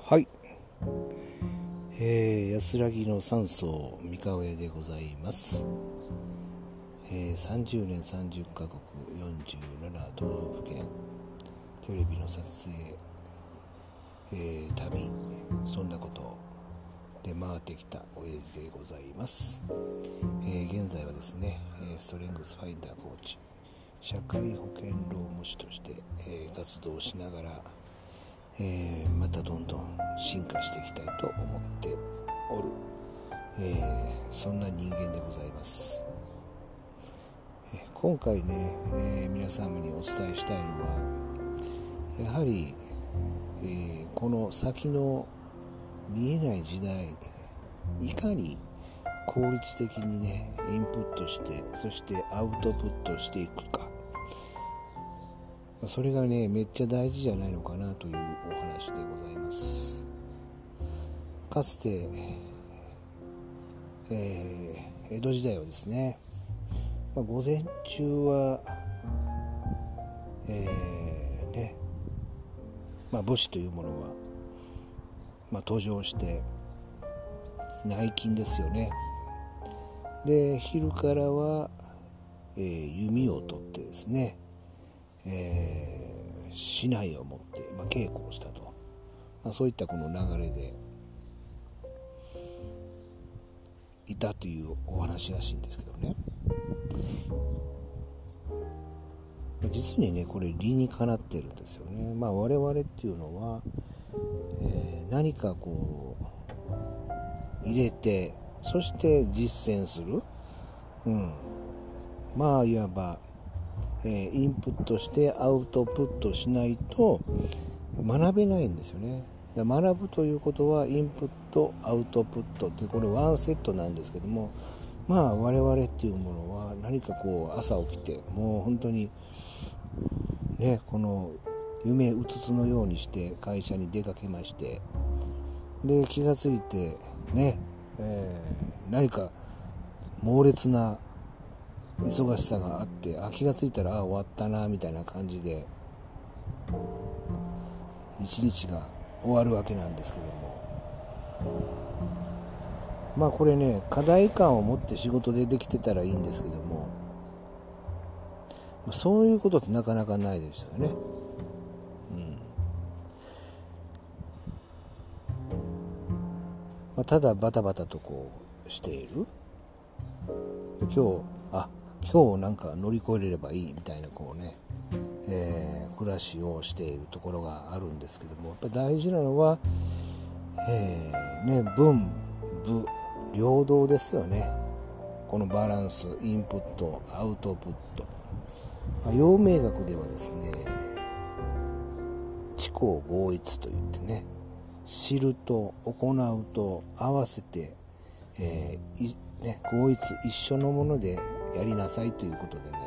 はい、安らぎの山荘三河屋でございます。30年30カ国47都道府県テレビの撮影、旅、そんなことで回ってきた親父でございます。現在はですね、ストレングスファインダーコーチ、社会保険労務士として、活動しながら、またどんどん進化していきたいと思っておる、そんな人間でございます。今回ね、皆様にお伝えしたいのはやはり、この先の見えない時代、いかに効率的にねインプットして、そしてアウトプットしていくか、それがねめっちゃ大事じゃないのかなというお話でございます。かつて、江戸時代はですね、午前中は、武士というものは、登場して内勤ですよね。で昼からは、弓を取ってですね、竹刀を持って、稽古をしたと、そういったこの流れでいたというお話らしいんですけどね、実にねこれ理にかなってるんですよね。我々っていうのは、何かこう入れて、そして実践する、いわば、インプットしてアウトプットしないと学べないんですよね。学ぶということはインプットアウトプットって、これワンセットなんですけども、我々っていうものは何かこう朝起きて、もう本当にねこの夢うつつのようにして会社に出かけまして、で気がついてね、何か猛烈な忙しさがあって、気がついたら終わったなみたいな感じで一日が終わるわけなんですけども、これね課題感を持って仕事でできてたらいいんですけども、そういうことってなかなかないですよね。ただバタバタとこうしている、今日なんか乗り越えれればいいみたいなこうね、暮らしをしているところがあるんですけども、やっぱり大事なのは、文武両道ですよね。このバランス、インプットアウトプット、陽明学ではですね、知行合一といってね、知ると行うと合わせて、合一一緒のものでやりなさいということでね、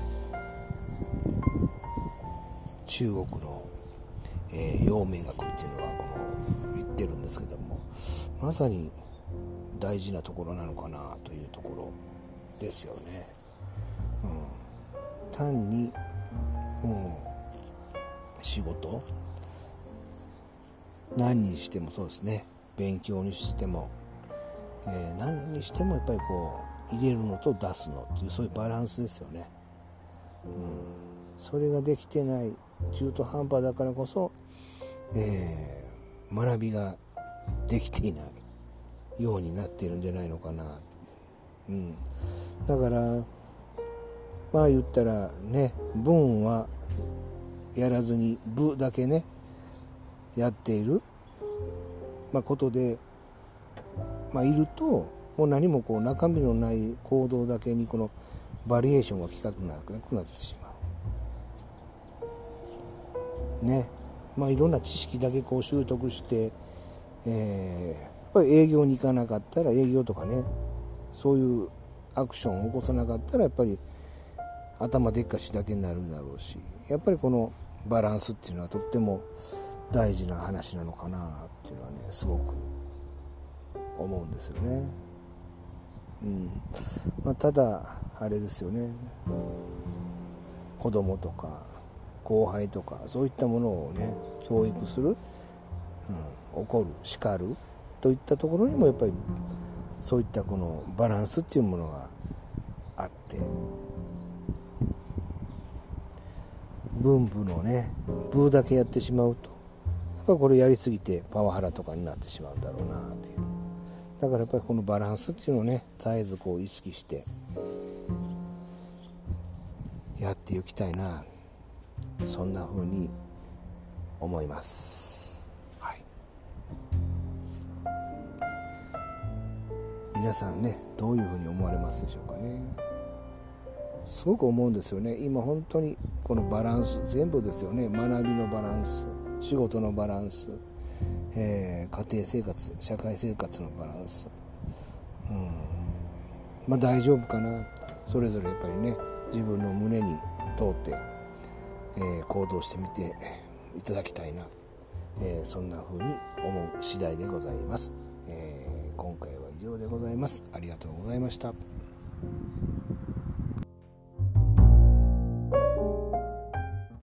中国の、陽明学っていうのは言ってるんですけども、まさに大事なところなのかなというところですよね。単に仕事何にしてもそうですね、勉強にしても、何にしてもやっぱりこう入れるのと出すのっていう、そういうバランスですよね。それができてない、中途半端だからこそ、学びができていないようになっているんじゃないのかな。だから言ったらね、文はやらずに武だけねやっている、ことで、いるともう何もこう中身のない行動だけにこのバリエーションが効かなくなってしまうね。いろんな知識だけこう習得して、やっぱり営業に行かなかったら、営業とかね、そういうアクションを起こさなかったら、やっぱり頭でっかしだけになるんだろうし、やっぱりこのバランスっていうのはとっても大事な話なのかなっていうのはね、すごく思うんですよね。ただあれですよね、子供とか後輩とかそういったものをね教育する、 怒る、叱るといったところにもやっぱりそういったこのバランスっていうものがあって、文武のね武だけやってしまうとやっぱりこれやりすぎてパワハラとかになってしまうんだろうなっていう。だからやっぱりこのバランスっていうのをね絶えずこう意識してやっていきたいな、そんな風に思います。はい、皆さんねどういう風に思われますでしょうかね。すごく思うんですよね。今本当にこのバランス全部ですよね。学びのバランス、仕事のバランス、家庭生活、社会生活のバランス、大丈夫かな。それぞれやっぱりね自分の胸に通って、行動してみていただきたいな、そんな風に思う次第でございます。今回は以上でございます。ありがとうございました。